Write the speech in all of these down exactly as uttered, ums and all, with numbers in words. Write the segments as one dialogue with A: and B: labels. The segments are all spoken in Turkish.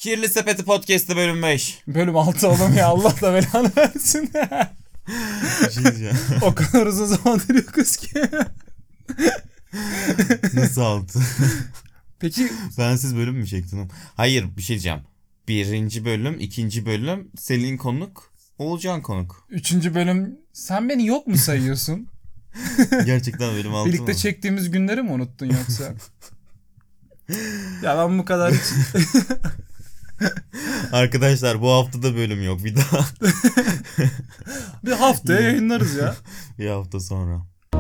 A: Kirli Sepeti Podcast'ı bölüm beş.
B: Bölüm altı oğlum ya, Allah da belanı versin.
A: Bir şey diyeceğim.
B: O kadar uzun zamandır yokuz ki.
A: Nasıl altı?
B: Peki.
A: Bensiz bölüm mü çektin? Hayır, bir şey diyeceğim. Birinci bölüm, ikinci bölüm Selin konuk, Oğulcan konuk.
B: Üçüncü bölüm sen beni yok mu sayıyorsun?
A: Gerçekten bölüm altı
B: Birlikte
A: mı?
B: çektiğimiz günleri mi unuttun yoksa? Ya ben bu kadar hiç...
A: Arkadaşlar bu hafta da bölüm yok, bir daha.
B: Bir haftaya yayınlarız ya.
A: Bir hafta sonra.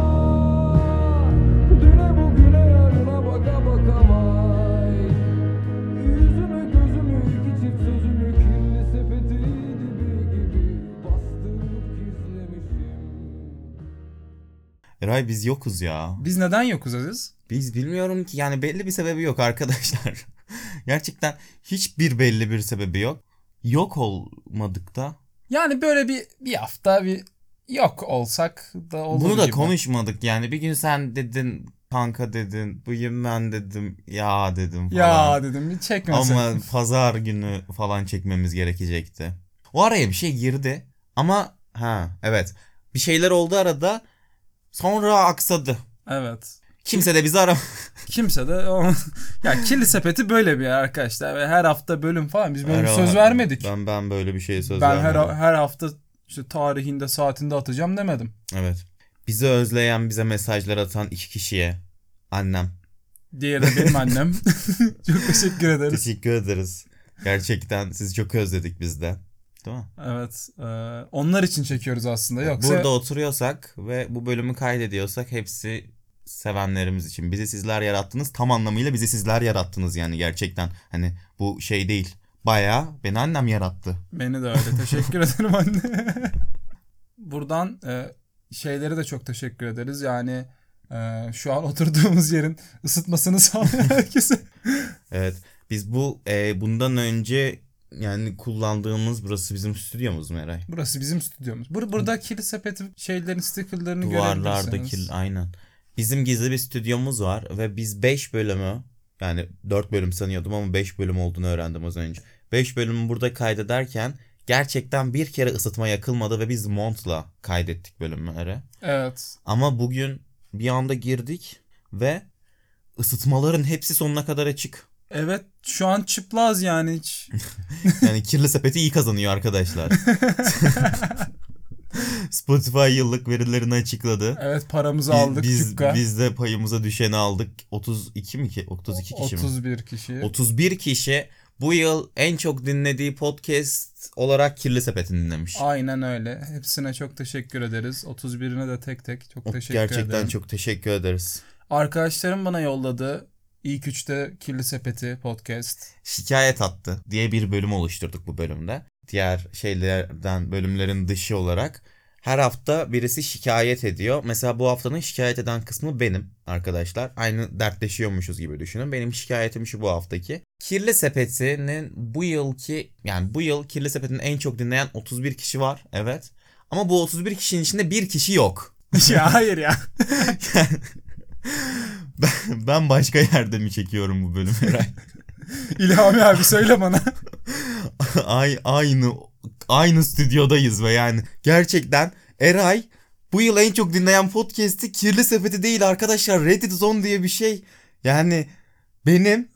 C: Düne bugüne yarına baka baka vay. Yüzümü gözümü iki çift sözümü kirli sepeti dibi gibi bastırıp gizlemişim.
A: Eray biz yokuz ya.
B: Biz neden yokuz Aziz?
A: Biz bilmiyorum ki, yani belli bir sebebi yok arkadaşlar. Gerçekten hiçbir belli bir sebebi yok. Yok olmadık da.
B: Yani böyle bir bir hafta bir yok olsak da olur
A: Bunu da
B: gibi.
A: konuşmadık yani. Bir gün sen dedin kanka dedin. Bugün ben dedim ya dedim falan.
B: Ya dedim bir çekmesek.
A: Ama pazar günü falan çekmemiz gerekecekti. O araya bir şey girdi. Ama ha evet. Bir şeyler oldu arada. Sonra aksadı.
B: Evet.
A: Kimse de bizi aram.
B: Kimse de o... Ya Kirli Sepeti böyle bir yer arkadaşlar ve her hafta bölüm falan biz böyle
A: Her-
B: söz vermedik.
A: Ben ben böyle bir şeye söz
B: Ben her
A: vermedim.
B: her hafta işte tarihinde saatinde atacağım demedim.
A: Evet. Bizi özleyen, bize mesajlar atan iki kişiye. Annem.
B: Diğeri de benim annem. Çok teşekkür ederiz.
A: Teşekkür ederiz. Gerçekten sizi çok özledik biz de. Değil mi?
B: Evet. E, onlar için çekiyoruz aslında. Yoksa
A: Burada oturuyorsak ve bu bölümü kaydediyorsak hepsi sevenlerimiz için. Bizi sizler yarattınız. Tam anlamıyla bizi sizler yarattınız yani gerçekten. Hani bu şey değil. Bayağı beni annem yarattı.
B: beni de öyle. Teşekkür ederim anne. Buradan e, şeyleri de çok teşekkür ederiz. Yani e, şu an oturduğumuz yerin ısıtmasını sağlayan herkese.
A: Evet. Biz bu e, bundan önce yani kullandığımız, burası bizim stüdyomuz mu Eray?
B: Burası bizim stüdyomuz. Bur burada Kirli Sepeti şeylerin stickerlarını
A: Duvarlardaki
B: görebilirsiniz.
A: aynen. Bizim gizli bir stüdyomuz var ve biz beş bölümü, yani dört bölüm sanıyordum ama beş bölüm olduğunu öğrendim az önce. beş bölümü burada kaydederken gerçekten bir kere ısıtma yakılmadı ve biz montla kaydettik bölümleri.
B: Evet.
A: Ama bugün bir anda girdik ve ısıtmaların hepsi sonuna kadar açık.
B: Evet şu an çıplaz yani hiç.
A: Yani Kirli Sepeti iyi kazanıyor arkadaşlar. Spotify yıllık verilerini açıkladı.
B: Evet paramızı
A: Biz,
B: aldık.
A: biz,
B: Cukka.
A: biz de payımıza düşeni aldık. otuz iki mi ki? otuz iki kişi mi?
B: otuz bir kişi.
A: otuz bir kişi bu yıl en çok dinlediği podcast olarak Kirli Sepet'ini dinlemiş.
B: Aynen öyle. Hepsine çok teşekkür ederiz. otuz birine de tek tek çok teşekkür
A: Gerçekten
B: ederim.
A: çok teşekkür ederiz.
B: Arkadaşlarım bana yolladı. İlk üçte Kirli Sepeti podcast.
A: Şikayet attı diye bir bölüm oluşturduk bu bölümde. Diğer şeylerden, bölümlerin dışı olarak. Her hafta birisi şikayet ediyor. Mesela bu haftanın şikayet eden kısmı benim arkadaşlar. Aynı dertleşiyormuşuz gibi düşünün. Benim şikayetim şu bu haftaki. Kirli Sepeti'nin bu yılki, yani bu yıl Kirli Sepeti'nin en çok dinleyen otuz bir kişi var. Evet. Ama bu otuz bir kişinin içinde bir kişi yok.
B: Ya hayır ya.
A: Yani, ben, ben başka yerde mi çekiyorum bu bölümü Eray?
B: İlhami abi söyle bana.
A: Ay, aynı aynı stüdyodayız ve yani gerçekten Eray bu yıl en çok dinleyen podcast'i Kirli Sepeti değil arkadaşlar, Reddit Zone diye bir şey. Yani benim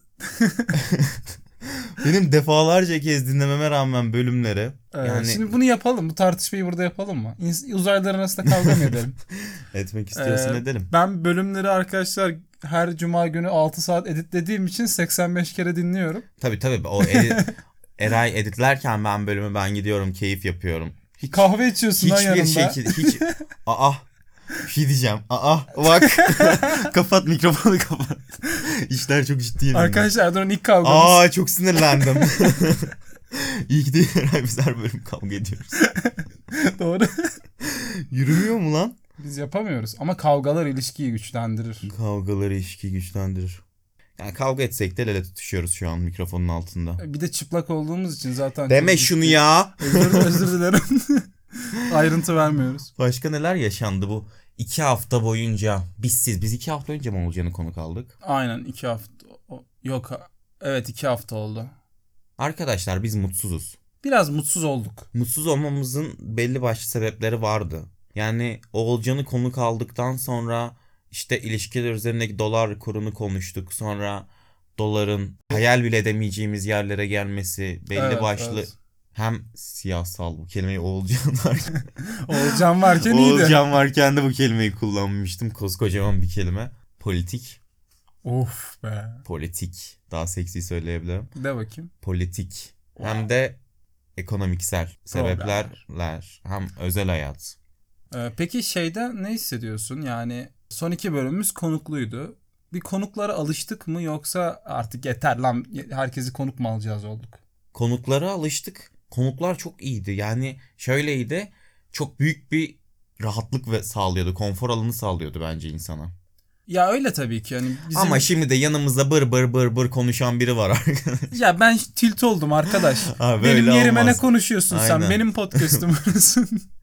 A: benim defalarca kez dinlememe rağmen bölümleri.
B: Ee,
A: Yani
B: Şimdi bunu yapalım. Bu tartışmayı burada yapalım mı? İns- Uzaylılar arasında kavga mı edelim?
A: etmek istiyorsan
B: Ee,
A: edelim.
B: Ben bölümleri arkadaşlar her cuma günü altı saat editlediğim için seksen beş kere dinliyorum.
A: Tabii tabii o edit, Eray editlerken ben bölümü ben gidiyorum, keyif yapıyorum.
B: Hiç, Kahve içiyorsun lan
A: Hiçbir
B: yanımda.
A: şekilde hiç aa bir şey diyeceğim. Aa bak. Kapat mikrofonu, kapat. İşler çok ciddi. benim.
B: Arkadaşlar Erdoğan'ın ilk kavgamız.
A: Aa çok sinirlendim. İyi ki değil Eray, biz her bölüm kavga ediyoruz.
B: Doğru.
A: Yürümüyor mu lan?
B: Biz yapamıyoruz ama kavgalar ilişkiyi güçlendirir.
A: Kavgaları ilişki güçlendirir. Yani kavga etsek de el ele tutuşuyoruz şu an mikrofonun altında.
B: Bir de çıplak olduğumuz için zaten.
A: Deme
B: çok
A: şunu
B: ciddi.
A: ya.
B: Özür, özür dilerim. Ayrıntı vermiyoruz.
A: Başka neler yaşandı bu iki hafta boyunca? Bizsiz. Biz iki hafta önce mi Oğulcan'ı konuk aldık?
B: Aynen iki hafta. O- Yok evet iki hafta oldu.
A: Arkadaşlar biz mutsuzuz.
B: Biraz mutsuz olduk.
A: Mutsuz olmamızın belli başlı sebepleri vardı. Yani Oğulcan'ı konuk aldıktan sonra işte ilişkiler üzerindeki dolar kurunu konuştuk. Sonra doların hayal bile edemeyeceğimiz yerlere gelmesi belli
B: Evet,
A: başlı
B: evet.
A: hem siyasal bu kelimeyi Oğulcan varken
B: Oğulcan varken iyiydi.
A: Oğulcan varken de bu kelimeyi kullanmıştım. Koskocaman bir kelime. Politik.
B: Of be.
A: Politik. Daha seksi söyleyebilirim.
B: De bakayım.
A: Politik. Hem de ekonomiksel sebeplerler. Hem özel hayat.
B: Ee, peki şeyde ne hissediyorsun? Yani son iki bölümümüz konukluydu. Bir konuklara alıştık mı yoksa artık yeter lan herkesi konuk mu alacağız olduk?
A: Konuklara alıştık. Konuklar çok iyiydi. Yani şöyleydi. Çok büyük bir rahatlık ve sağlıyordu. Konfor alanı sağlıyordu bence insana.
B: Ya öyle tabii ki. Yani bizim...
A: Ama şimdi de yanımızda bır bır bır bır konuşan biri var arkadaş.
B: Ya ben tilt oldum arkadaş.
A: Abi
B: Benim
A: öyle
B: yerime
A: olmaz.
B: ne konuşuyorsun
A: Aynen.
B: sen? Benim podcast'ım burası.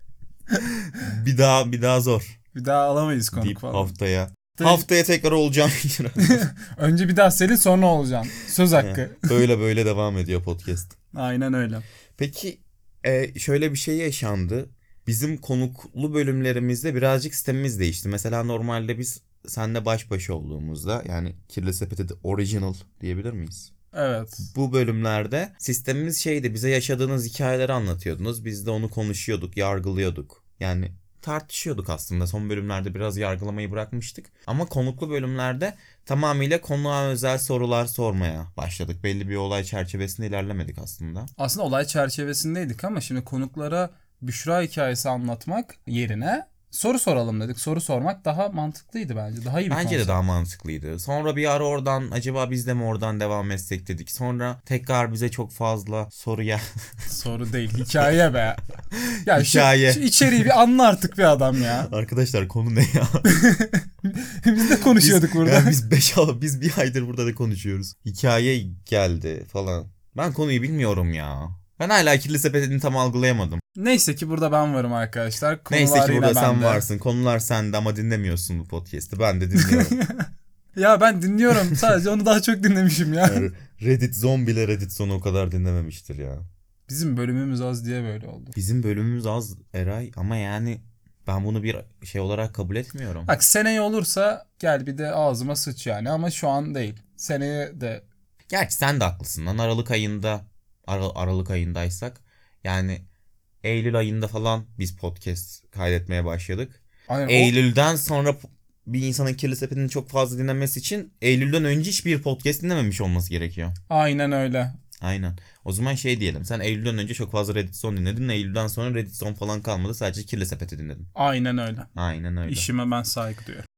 A: bir daha bir daha zor.
B: Bir daha alamayız konuk
A: Deyip
B: falan.
A: haftaya.
B: Değil.
A: Haftaya tekrar olacağım.
B: Önce bir daha Selin sonra olacaksın. Söz hakkı.
A: böyle böyle devam ediyor podcast.
B: Aynen öyle.
A: Peki e, şöyle bir şey yaşandı. Bizim konuklu bölümlerimizde birazcık sistemimiz değişti. Mesela normalde biz seninle baş başa olduğumuzda yani Kirli Sepet'e de original diyebilir miyiz?
B: Evet.
A: Bu bölümlerde sistemimiz şeydi, bize yaşadığınız hikayeleri anlatıyordunuz. Biz de onu konuşuyorduk, yargılıyorduk. Yani tartışıyorduk aslında. Son bölümlerde biraz yargılamayı bırakmıştık. Ama konuklu bölümlerde tamamıyla konuğa özel sorular sormaya başladık. Belli bir olay çerçevesinde ilerlemedik aslında.
B: Aslında olay çerçevesindeydik ama şimdi konuklara Büşra hikayesi anlatmak yerine soru soralım dedik. Soru sormak daha mantıklıydı bence. Daha iyi bir
A: Bence
B: konsept.
A: de daha mantıklıydı. Sonra bir ara oradan acaba biz de mi oradan devam etsek dedik. Sonra tekrar bize çok fazla soru ya.
B: Soru değil. Hikaye be. Ya
A: Hikaye.
B: Şu, şu içeriği bir anla artık bir adam ya.
A: Arkadaşlar konu ne ya?
B: Biz de konuşuyorduk
A: biz,
B: burada.
A: Yani biz beş biz bir aydır burada da konuşuyoruz. Hikaye geldi falan. Ben konuyu bilmiyorum ya. Ben hala Kirli Sepet'ini tam algılayamadım.
B: Neyse ki burada ben varım arkadaşlar.
A: Neyse ki
B: Konular
A: burada
B: yine
A: sen
B: bende.
A: varsın. Konular sende ama dinlemiyorsun bu podcast'i. Ben de dinliyorum.
B: Ya ben dinliyorum. Sadece onu daha çok dinlemişim ya.
A: Yani Reddit zombiler Reddit sonu o kadar dinlememiştir ya.
B: Bizim bölümümüz az diye böyle oldu.
A: Bizim bölümümüz az Eray ama yani ben bunu bir şey olarak kabul etmiyorum.
B: Bak seneye olursa gel bir de ağzıma sıç yani ama şu an değil. Seneye de
A: Gerçi sen de haklısın lan. Aralık ayında Ar- Aralık ayındaysak yani Eylül ayında falan biz podcast kaydetmeye başladık.
B: aynen, o-
A: Eylül'den sonra bir insanın Kirli Sepet'ini çok fazla dinlemesi için Eylül'den önce hiçbir podcast dinlememiş olması gerekiyor.
B: aynen öyle.
A: Aynen. O zaman şey diyelim. Sen Eylül'den önce çok fazla Reddit Zone dinledin. Eylül'den sonra Reddit Zone falan kalmadı. Sadece Kirli Sepet'i dinledin.
B: Aynen öyle.
A: Aynen öyle.
B: İşime ben saygı duyuyorum.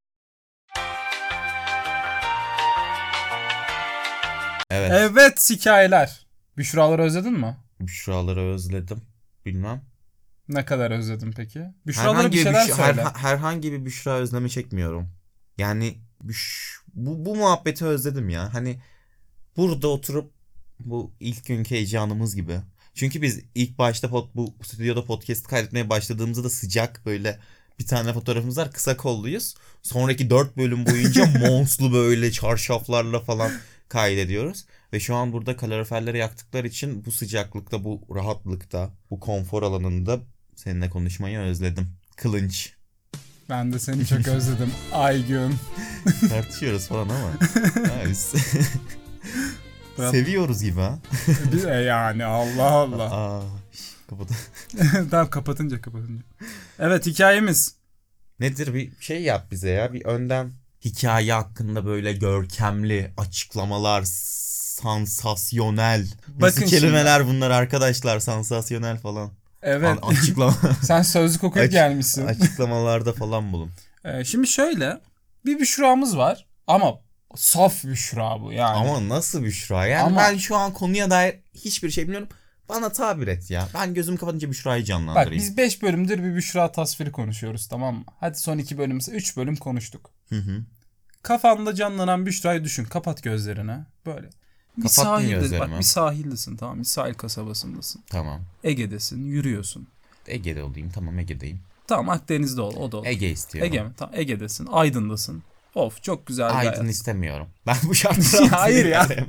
A: Evet.
B: Evet hikayeler. Büşraları özledin mi?
A: Büşraları özledim. Bilmem.
B: Ne kadar özledin peki? Büşralara
A: Herhangi
B: bir
A: bir,
B: şeyler
A: Büşra,
B: söyle.
A: her- herhangi bir Büşra özlemi çekmiyorum. Yani büş, bu, bu muhabbeti özledim ya. Hani burada oturup bu ilk günkü heyecanımız gibi. Çünkü biz ilk başta pod, bu stüdyoda podcast kaydetmeye başladığımızda da sıcak böyle bir tane fotoğrafımız var. Kısa kolluyuz. Sonraki dört bölüm boyunca monslu böyle çarşaflarla falan kaydediyoruz. Ve şu an burada kaloriferleri yaktıkları için bu sıcaklıkta, bu rahatlıkta, bu konfor alanında seninle konuşmayı özledim. Kılınç.
B: Ben de seni çok özledim. Aygün.
A: Tartışıyoruz falan ama. Ha, biz
B: Biraz-
A: seviyoruz gibi ha.
B: Bir- e yani Allah Allah.
A: Aa, şş, kapat.
B: Tamam kapatınca kapatınca. Evet hikayemiz.
A: Nedir bir şey yap bize ya. Bir önden hikaye hakkında böyle görkemli açıklamalar, sansasyonel. Nasıl
B: Bakın
A: kelimeler bunlar arkadaşlar, sansasyonel falan.
B: Evet.
A: An- açıklama
B: Sen sözlük okuyup
A: Aç-
B: gelmişsin.
A: açıklamalarda falan bulun.
B: Ee, şimdi şöyle. Bir Büşra'mız var. Ama saf Büşra bu yani.
A: Ama nasıl Büşra? Yani
B: Ama-
A: ben şu an konuya dair hiçbir şey bilmiyorum. Bana tabir et ya. Ben gözüm kapatınca Büşra'yı
B: Bak
A: canlandırayım.
B: biz beş bölümdür bir Büşra tasviri konuşuyoruz tamam mı? Hadi son iki bölüm, üç bölüm konuştuk.
A: Hı hı.
B: Kafanda canlanan Büşra'yı düşün. Kapat gözlerini. Böyle. Bir
A: Kapattım
B: sahilde,
A: gözlerimi.
B: bak bir sahildesin tamam. Bir sahil kasabasındasın.
A: Tamam.
B: Ege'desin, yürüyorsun.
A: Ege'de olayım. Tamam Ege'deyim.
B: Tamam Akdeniz'de ol, o da olur.
A: Ege istiyorum.
B: Ege mi? Tamam Ege'desin, Aydın'dasın. Of çok güzel bir
A: Aydın
B: hayat.
A: istemiyorum. Ben bu şartlar
B: Hayır ya.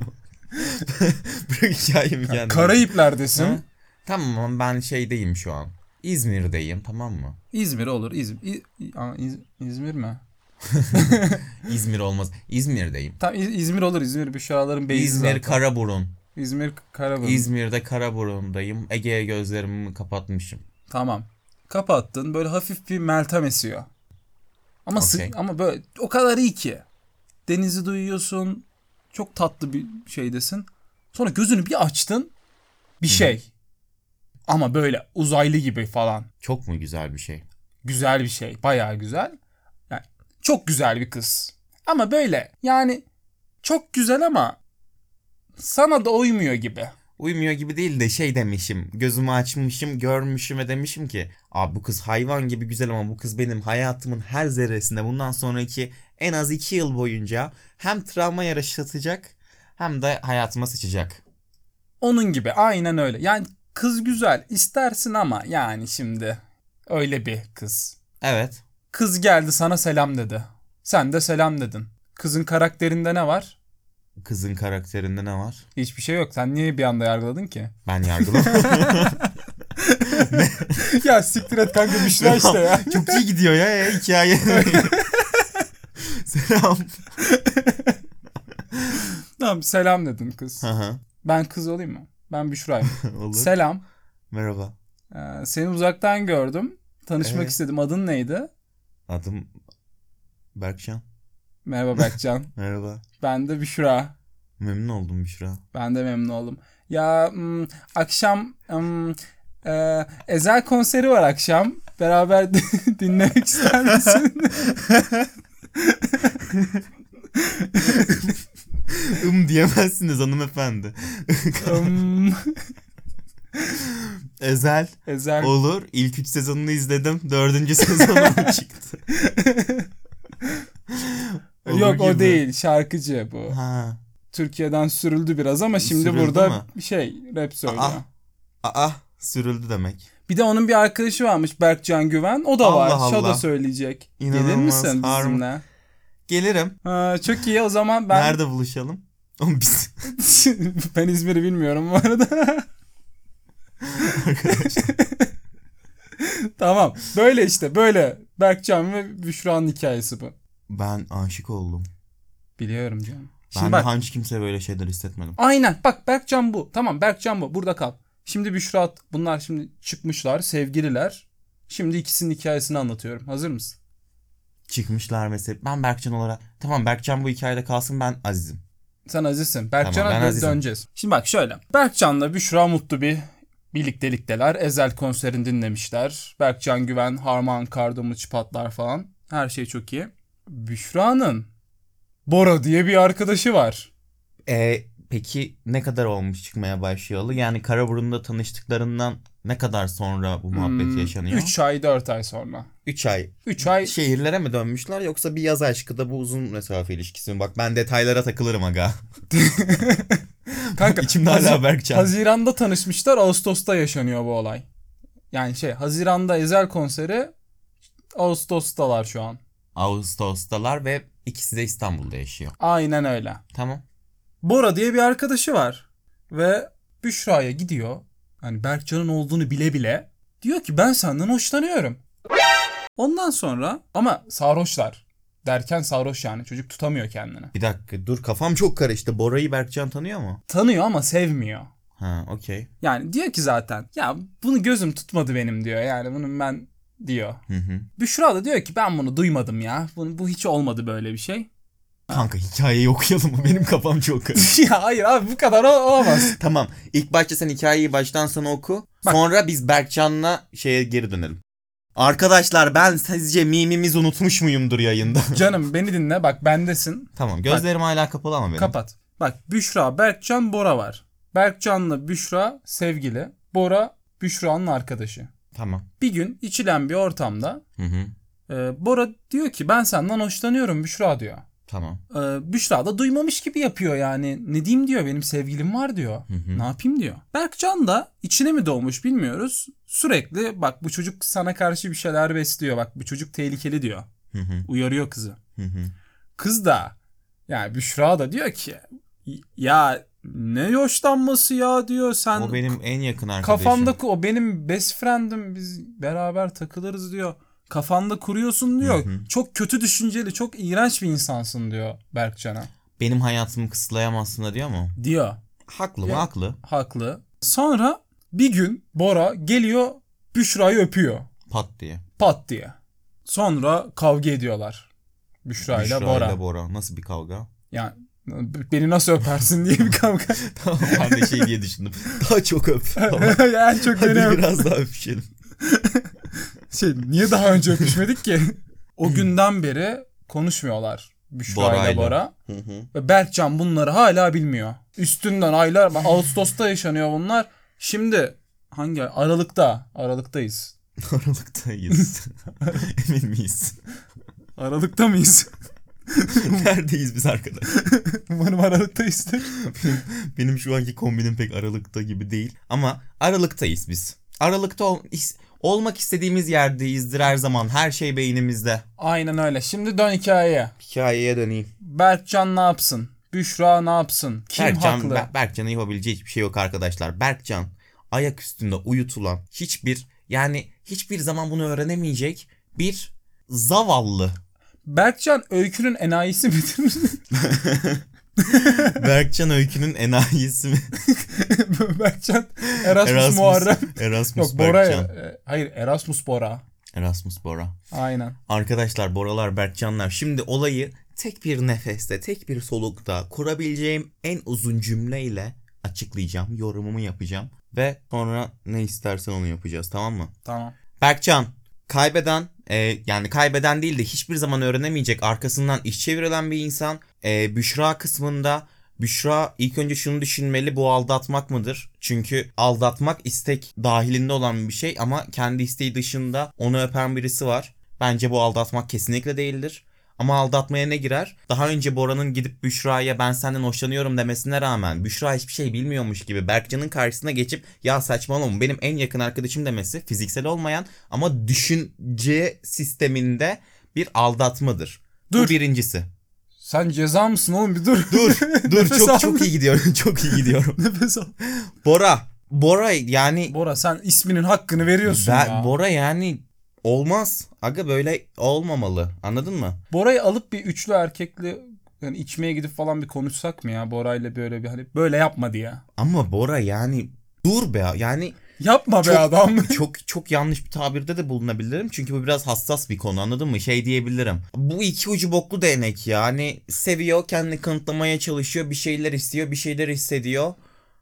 A: Bırak hikayemi kendime.
B: Karayipler'desin.
A: Ha? Tamam ben şeydeyim şu an. İzmir'deyim, tamam mı?
B: İzmir olur. İzmir, İ- İ- Aa, İz- İzmir mi?
A: İzmir olmaz. İzmir'deyim.
B: Tam İz- İzmir olur. İzmir Büşra'ların beyzi
A: İzmir
B: zaten.
A: Karaburun.
B: İzmir Karaburun.
A: İzmir'de Karaburun'dayım. Ege'ye gözlerimi kapatmışım.
B: Tamam. Kapattın. Böyle hafif bir Meltem esiyor. Ama sık,
A: Okey.
B: ama böyle o kadar iyi ki. Denizi duyuyorsun. Çok tatlı bir şeydesin. Sonra gözünü bir açtın. Bir şey. Ama böyle uzaylı gibi falan.
A: Çok mu güzel bir şey?
B: Güzel bir şey. Bayağı güzel. Yani çok güzel bir kız. Ama böyle yani çok güzel ama sana da uymuyor gibi.
A: Uymuyor gibi değil de şey demişim. Gözümü açmışım, görmüşüm ve demişim ki abi bu kız hayvan gibi güzel ama bu kız benim hayatımın her zerresinde bundan sonraki en az iki yıl boyunca hem travma yaşatacak hem de hayatıma sıçacak.
B: Onun gibi aynen öyle. Yani kız güzel istersin ama yani şimdi öyle bir kız.
A: Evet.
B: Kız geldi sana selam dedi. Sen de selam dedin. Kızın karakterinde ne var?
A: Kızın karakterinde ne var?
B: Hiçbir şey yok. Sen niye bir anda yargıladın ki?
A: Ben yargılam.
B: Ya siktir et kanka Büşra işte ya.
A: Çok iyi gidiyor ya, ya hikaye. Selam.
B: Tamam selam dedin kız.
A: Hı hı.
B: Ben kız olayım mı? Ben Büşra'yım.
A: Olur.
B: Selam.
A: Merhaba.
B: Ee, seni uzaktan gördüm. Tanışmak
A: Evet.
B: istedim. Adın neydi?
A: Adım Berkcan.
B: Merhaba Berkcan.
A: Merhaba.
B: Ben de Büşra.
A: Memnun oldum Büşra.
B: Ben de memnun oldum. Ya hmm, akşam hmm, e, Ezel konseri var akşam. Beraber dinlemek ister misin?
A: Im diyemezsiniz hanımefendi.
B: Hmm,
A: Ezel.
B: Ezel.
A: Olur. İlk üç sezonunu izledim. Dördüncü sezonu çıktı. Olur
B: Yok o
A: gibi.
B: değil. Şarkıcı bu.
A: Ha.
B: Türkiye'den sürüldü biraz ama şimdi
A: Sürüldü
B: burada
A: mü?
B: bir şey rap söylüyor.
A: Aa. Aa. Sürüldü demek.
B: Bir de onun bir arkadaşı varmış Berkcan Güven. O da
A: Allah
B: var. Şo da
A: Allah.
B: söyleyecek. Gelir
A: İnanılmaz,
B: misin
A: harbi.
B: bizimle?
A: Gelirim.
B: Ha, çok iyi o zaman ben...
A: Nerede buluşalım? Oğlum biz...
B: Ben İzmir'i bilmiyorum bu arada. Tamam. Böyle işte böyle. Berkcan ve Büşra'nın hikayesi bu.
A: Ben aşık oldum.
B: Biliyorum canım. Şimdi
A: Ben
B: bak.
A: hiç kimseye böyle şeyler hissetmedim.
B: Aynen. Bak Berkcan bu. Tamam Berkcan bu. Burada kal. Şimdi Büşra bunlar şimdi çıkmışlar. Sevgililer. Şimdi ikisinin hikayesini anlatıyorum. Hazır mısın?
A: Çıkmışlar mesela. Ben Berkcan olarak... Tamam Berkcan bu hikayede kalsın, ben Aziz'im.
B: Sen Aziz'sin. Berkcan'a
A: Tamam, ben
B: dö-
A: Aziz'im.
B: döneceğiz. Şimdi bak şöyle. Berkcan'la Büşra mutlu bir birliktelikteler. Ezel konserini dinlemişler. Berkcan Güven, Harman Kardemir Çıpatlar falan. Her şey çok iyi. Büşra'nın Bora diye bir arkadaşı var.
A: E, peki ne kadar olmuş çıkmaya başlayalı? Yani Karaburun'da tanıştıklarından ne kadar sonra bu muhabbet
B: Hmm,
A: yaşanıyor?
B: üç ay dört ay sonra.
A: üç ay.
B: üç ay
A: Şehirlere mi dönmüşler yoksa bir yaz aşkı da bu uzun mesafe ilişkisi mi? Bak ben detaylara takılırım aga.
B: kanka
A: İçimde
B: Hazi-
A: hala Berkcan.
B: Haziran'da tanışmışlar. Ağustos'ta yaşanıyor bu olay. Yani şey Haziran'da Ezel konseri, Ağustos'talar şu an.
A: Ağustos'talar ve ikisi de İstanbul'da yaşıyor.
B: Aynen öyle.
A: Tamam.
B: Bora diye bir arkadaşı var. Ve Büşra'ya gidiyor. Hani Berkcan'ın olduğunu bile bile. Diyor ki ben senden hoşlanıyorum. Ondan sonra ama sarhoşlar. Derken sarhoş yani. Çocuk tutamıyor kendini.
A: Bir dakika dur, kafam çok karıştı. Bora'yı Berkcan tanıyor mu?
B: Tanıyor ama sevmiyor.
A: Ha okey.
B: Yani diyor ki zaten ya bunu gözüm tutmadı benim diyor. Yani bunun ben diyor.
A: Hı hı.
B: Büşra da diyor ki ben bunu duymadım ya. Bunu, bu hiç olmadı böyle bir şey.
A: Kanka hikayeyi okuyalım mı? Benim kafam çok karıştı.
B: Ya hayır abi bu kadar ol- olamaz.
A: Tamam. İlk başta sen hikayeyi baştan sona oku.
B: Bak.
A: Sonra biz Berkcan'la şeye geri dönelim. Arkadaşlar ben sizce mimimizi unutmuş muyumdur yayında?
B: Canım beni dinle bak bendesin.
A: Tamam, gözlerim hala kapalı ama benim.
B: Kapat. Bak Büşra, Berkcan, Bora var. Berkcan'la Büşra sevgili. Bora Büşra'nın arkadaşı.
A: Tamam.
B: Bir gün içilen bir ortamda
A: Hı hı.
B: e, Bora diyor ki ben senden hoşlanıyorum Büşra diyor.
A: Tamam.
B: E, Büşra da duymamış gibi yapıyor yani. Ne diyeyim diyor, benim sevgilim var diyor.
A: Hı hı.
B: Ne yapayım diyor. Berkcan da içine mi doğmuş bilmiyoruz. Sürekli bak bu çocuk sana karşı bir şeyler besliyor. Bak bu çocuk tehlikeli diyor.
A: Hı hı.
B: Uyarıyor kızı.
A: Hı hı.
B: Kız da yani Büşra da diyor ki ya Ne hoşlanması ya diyor. Sen
A: O benim en yakın arkadaşım.
B: kafamda o benim best friend'im, biz beraber takılırız diyor. Kafanda kuruyorsun diyor.
A: Hı hı.
B: Çok kötü düşünceli, çok iğrenç bir insansın diyor Berkcan'a.
A: Benim hayatımı kısıtlayamazsın da diyor mu?
B: Diyor.
A: Haklı mı?
B: Ya-
A: Haklı.
B: Haklı. Sonra bir gün Bora geliyor Büşra'yı öpüyor.
A: Pat diye.
B: Pat diye. Sonra kavga ediyorlar. Büşra ile
A: Büşra
B: Bora.
A: ile Bora. Nasıl bir kavga?
B: Yani beni nasıl öpersin diye bir kavga.
A: Tamam, ben de şey diye düşündüm. Daha çok öp.
B: Yani çok
A: Hadi
B: beni öp.
A: biraz daha öpüşelim.
B: Şey, niye daha önce öpüşmedik ki? O günden beri konuşmuyorlar Büşra ile
A: Bora'yla.
B: Bora.
A: Hı hı.
B: Ve Berkcan bunları hala bilmiyor. Üstünden aylar, Ağustos'ta yaşanıyor bunlar. Şimdi hangi ay? Aralık'ta. Aralık'tayız.
A: Aralıktayız. Emin miyiz?
B: Aralık'ta mıyız?
A: Neredeyiz biz arkadaş?
B: Umarım Aralık'tayızdır.
A: Benim, benim şu anki kombinim pek Aralık'ta gibi değil. Ama Aralık'tayız biz. Aralık'ta ol- is- olmak istediğimiz yerdeyizdir her zaman. Her şey beynimizde.
B: Aynen öyle. Şimdi dön hikayeye.
A: Hikayeye döneyim.
B: Berkcan ne yapsın? Büşra ne yapsın? Kim
A: Berkcan,
B: haklı?
A: Ber- Berkcan'ın yapabileceği hiçbir şey yok arkadaşlar. Berkcan ayak üstünde uyutulan hiçbir yani hiçbir zaman bunu öğrenemeyecek bir zavallı.
B: Berkcan öykünün enayisi midir?
A: Berkcan Öykü'nün enayisi mi?
B: Berkcan Erasmus, Muharrem.
A: Erasmus
B: Yok Bora.
A: Berkcan.
B: e, Hayır Erasmus Bora.
A: Erasmus Bora.
B: Aynen.
A: Arkadaşlar Boralar, Berkcanlar, şimdi olayı tek bir nefeste, tek bir solukta kurabileceğim en uzun cümleyle açıklayacağım. Yorumumu yapacağım. Ve sonra ne istersen onu yapacağız, tamam mı?
B: Tamam.
A: Berkcan kaybeden e, yani kaybeden değil de hiçbir zaman öğrenemeyecek, arkasından iş çevrilen bir insan. E, Büşra kısmında Büşra ilk önce şunu düşünmeli: bu aldatmak mıdır? Çünkü aldatmak istek dahilinde olan bir şey ama kendi isteği dışında onu öpen birisi var. Bence bu aldatmak kesinlikle değildir. Ama aldatmaya ne girer? Daha önce Bora'nın gidip Büşra'ya ben senden hoşlanıyorum demesine rağmen Büşra hiçbir şey bilmiyormuş gibi Berkcan'ın karşısına geçip ya saçmalama benim en yakın arkadaşım demesi fiziksel olmayan ama düşünce sisteminde bir aldatmadır.
B: Dur.
A: Bu birincisi.
B: Sen ceza mısın oğlum, bir dur.
A: Dur dur
B: Nefes al.
A: çok çok iyi gidiyorum çok iyi gidiyorum.
B: Nefes al.
A: Bora. Bora yani
B: Bora sen isminin hakkını veriyorsun
A: ben,
B: ya.
A: Bora yani olmaz. Aga böyle olmamalı. Anladın mı?
B: Bora'yı alıp bir üçlü erkekli yani içmeye gidip falan bir konuşsak mı ya? Bora'yla böyle bir hani böyle yapma diye.
A: Ama Bora yani dur be yani
B: Yapma be
A: çok,
B: adam.
A: çok çok yanlış bir tabirde de bulunabilirim. Çünkü bu biraz hassas bir konu, anladın mı? Şey diyebilirim. Bu iki ucu boklu değnek ya. Hani seviyor, kendini kanıtlamaya çalışıyor, bir şeyler istiyor, bir şeyler hissediyor.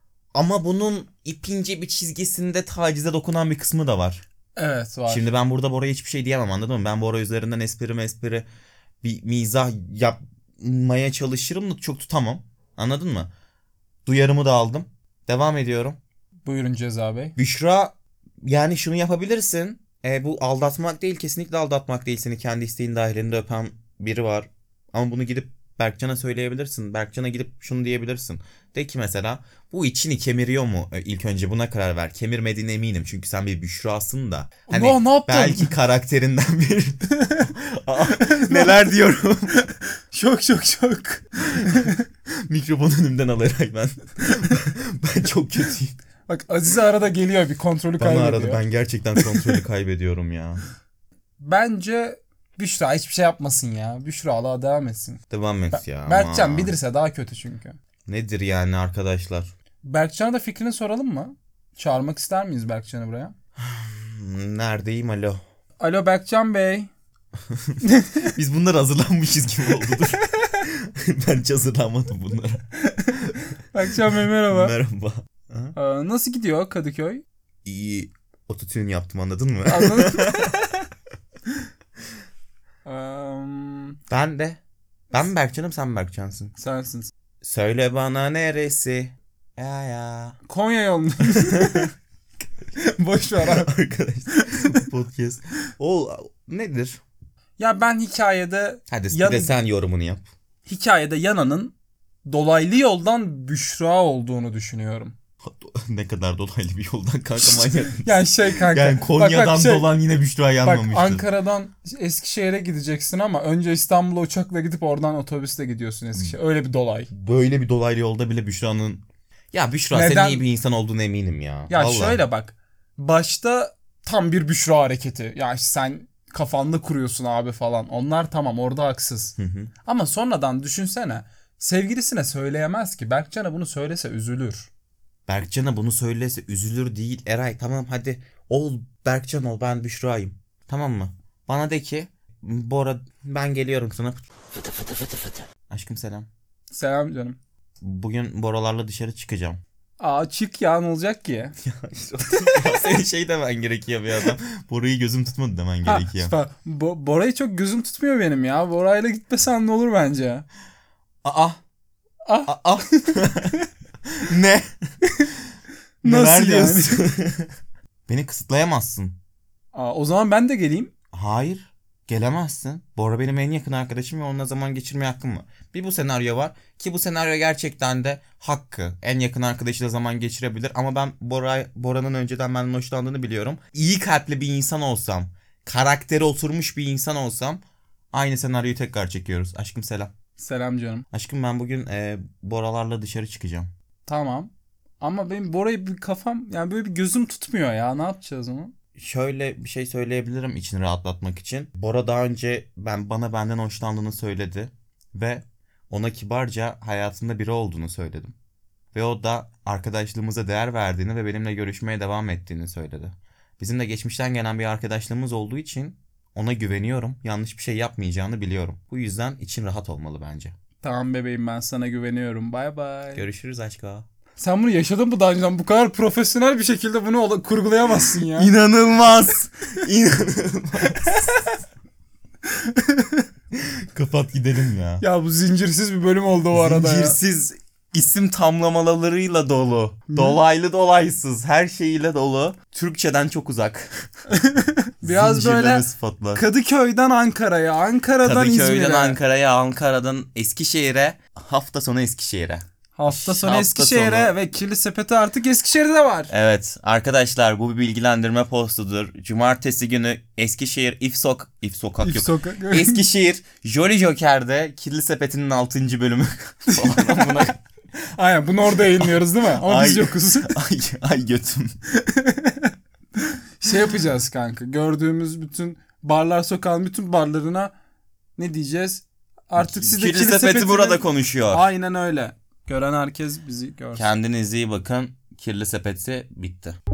A: Ama bunun ipince bir çizgisinde tacize dokunan bir kısmı da var.
B: Evet var.
A: Şimdi ben burada Bora'ya hiçbir şey diyemem, anladın mı? Ben Bora üzerinden espri mespri bir mizah yapmaya çalışırım da çok tutamam. Anladın mı? Duyarımı da aldım. Devam ediyorum.
B: Buyurun Ceza Bey.
A: Büşra yani şunu yapabilirsin. E, bu aldatmak değil, kesinlikle aldatmak değil. Seni kendi isteğin dahilinde öpen biri var. Ama bunu gidip Berkcan'a söyleyebilirsin. Berkcan'a gidip şunu diyebilirsin. De ki mesela bu içini kemiriyor mu? E, ilk önce buna karar ver. Kemirmediğine eminim. Çünkü sen bir Büşra'sın da. Hani
B: Ne- ne yaptın?
A: belki karakterinden bir... Aa, neler diyorum.
B: Şok şok şok.
A: Mikrofonu önümden alarak ben. Ben çok kötüyüm.
B: Bak Azize arada geliyor, bir kontrolü
A: Bana
B: kaybediyor.
A: aradı. Ben gerçekten kontrolü kaybediyorum ya.
B: Bence Büşra hiçbir şey yapmasın ya. Büşra Allah'a devam etsin.
A: Devam et ya.
B: Berkcan
A: aman.
B: bilirse daha kötü çünkü.
A: Nedir yani arkadaşlar?
B: Berkcan'a da fikrini soralım mı? Çağırmak ister miyiz Berkcan'ı buraya?
A: Hmm, Neredeyim alo?
B: Alo Berkcan Bey.
A: Biz bunlar hazırlanmışız gibi oldu. Dur. Ben hiç hazırlanmadım bunlara.
B: Berkcan Bey merhaba.
A: Merhaba.
B: Ee, nasıl gidiyor Kadıköy?
A: İyi ototune yaptım, anladın mı?
B: Anladın mı? Eee,
A: Ben de. Ben mi Berkcan'ım, sen mi Berkcan'sın?
B: sensin.
A: Söyle bana neresi? Ya ya.
B: Konya yolunda. Boş ver abi.
A: Arkadaşlar podcast. O nedir?
B: Ya ben hikayede
A: Hadi
B: Yan-
A: bir de sen yorumunu yap.
B: hikayede Yana'nın dolaylı yoldan Büşra olduğunu düşünüyorum.
A: Ne kadar dolaylı bir yoldan kanka, manyak.
B: Yani şey kanka.
A: Yani Konya'dan
B: bak, bak, şey,
A: dolan yine Büşra
B: Bak
A: yanmamıştı.
B: Ankara'dan Eskişehir'e gideceksin ama önce İstanbul'a uçakla gidip oradan otobüsle gidiyorsun Eskişehir. Öyle bir dolay.
A: Böyle bir dolaylı yolda bile Büşra'nın Ya Büşra
B: Neden?
A: senin iyi bir insan olduğunu eminim ya.
B: Ya
A: Vallahi.
B: şöyle bak. Başta tam bir Büşra hareketi. Ya sen kafanda kuruyorsun abi falan. Onlar tamam, orada haksız.
A: Hı hı.
B: Ama sonradan düşünsene. Sevgilisine söyleyemez ki. Berkcan'a bunu söylese üzülür.
A: Berkcan'a bunu söylese üzülür değil. Eray tamam hadi ol Berkcan ol, ben Büşra'yım. Tamam mı? Bana de ki Bora ben geliyorum sana. Fıtı fıtı fıtı fıtı. Aşkım selam.
B: Selam canım.
A: Bugün Boralarla dışarı çıkacağım.
B: Aa çık ya, ne olacak ki?
A: Ya senin şey demen gerekiyor bir adam. Bora'yı gözüm tutmadı demen
B: Ha,
A: gerekiyor.
B: süper. Bo- Bora'yı çok gözüm tutmuyor benim ya. Bora'yla gitmesen ne olur bence.
A: Aa.
B: Ah.
A: Aa. Ne?
B: Nasıl
A: Neler
B: yani?
A: diyorsun? Beni kısıtlayamazsın.
B: Aa, o zaman ben de geleyim.
A: Hayır. Gelemezsin. Bora benim en yakın arkadaşım ve onunla zaman geçirmeye hakkım var. Bir bu senaryo var ki bu senaryo gerçekten de hakkı. En yakın arkadaşıyla zaman geçirebilir ama ben Bora, Bora'nın önceden benden hoşlandığını biliyorum. İyi kalpli bir insan olsam, karakteri oturmuş bir insan olsam aynı senaryoyu tekrar çekiyoruz. Aşkım selam.
B: Selam canım.
A: Aşkım ben bugün e, Boralarla dışarı çıkacağım.
B: Tamam. Ama benim Bora'yı bir kafam, yani böyle bir gözüm tutmuyor ya. Ne yapacağız onu?
A: Şöyle bir şey söyleyebilirim içini rahatlatmak için. Bora daha önce ben bana benden hoşlandığını söyledi ve ona kibarca hayatında biri olduğunu söyledim. Ve o da arkadaşlığımıza değer verdiğini ve benimle görüşmeye devam ettiğini söyledi. Bizim de geçmişten gelen bir arkadaşlığımız olduğu için ona güveniyorum. Yanlış bir şey yapmayacağını biliyorum. Bu yüzden için rahat olmalı bence.
B: Tamam bebeğim, ben sana güveniyorum. Bay bay.
A: Görüşürüz aşkım.
B: Sen bunu yaşadın mı daha önceden? Bu kadar profesyonel bir şekilde bunu ola- kurgulayamazsın ya.
A: İnanılmaz. İnanılmaz. Kapat gidelim ya.
B: Ya bu zincirsiz bir bölüm oldu o arada ya.
A: Zincirsiz isim tamlamalarıyla dolu. Dolaylı dolaysız her şeyiyle dolu. Türkçeden çok uzak.
B: Biraz
A: Zincirleme
B: böyle
A: sıfatlar.
B: Kadıköy'den Ankara'ya, Ankara'dan
A: Kadıköy'den
B: İzmir'e.
A: Ankara'ya, Ankara'dan Eskişehir'e, hafta sonu Eskişehir'e.
B: Hafta sonu
A: Hafta
B: Eskişehir'e
A: sonu.
B: ve Kirli Sepeti artık Eskişehir'de de var.
A: Evet arkadaşlar, bu bir bilgilendirme postudur. Cumartesi günü Eskişehir İF Sok İF Sokak
B: İf
A: yok.
B: Sokak.
A: Eskişehir Jolly Joker'de Kirli Sepeti'nin altıncı bölümü falan buna.
B: Aynen, bunu orada yayınlıyoruz değil mi? Ama biz
A: Ay.
B: yokuz.
A: ay, ay götüm.
B: Şey yapacağız kanka. Gördüğümüz bütün barlar, sokağın bütün barlarına ne diyeceğiz? Artık siz de
A: Kirli
B: Kirli
A: Sepeti
B: Sepeti'nin-
A: burada konuşuyor.
B: Aynen öyle. Gören herkes bizi görsün.
A: Kendinize iyi bakın. Kirli Sepeti bitti.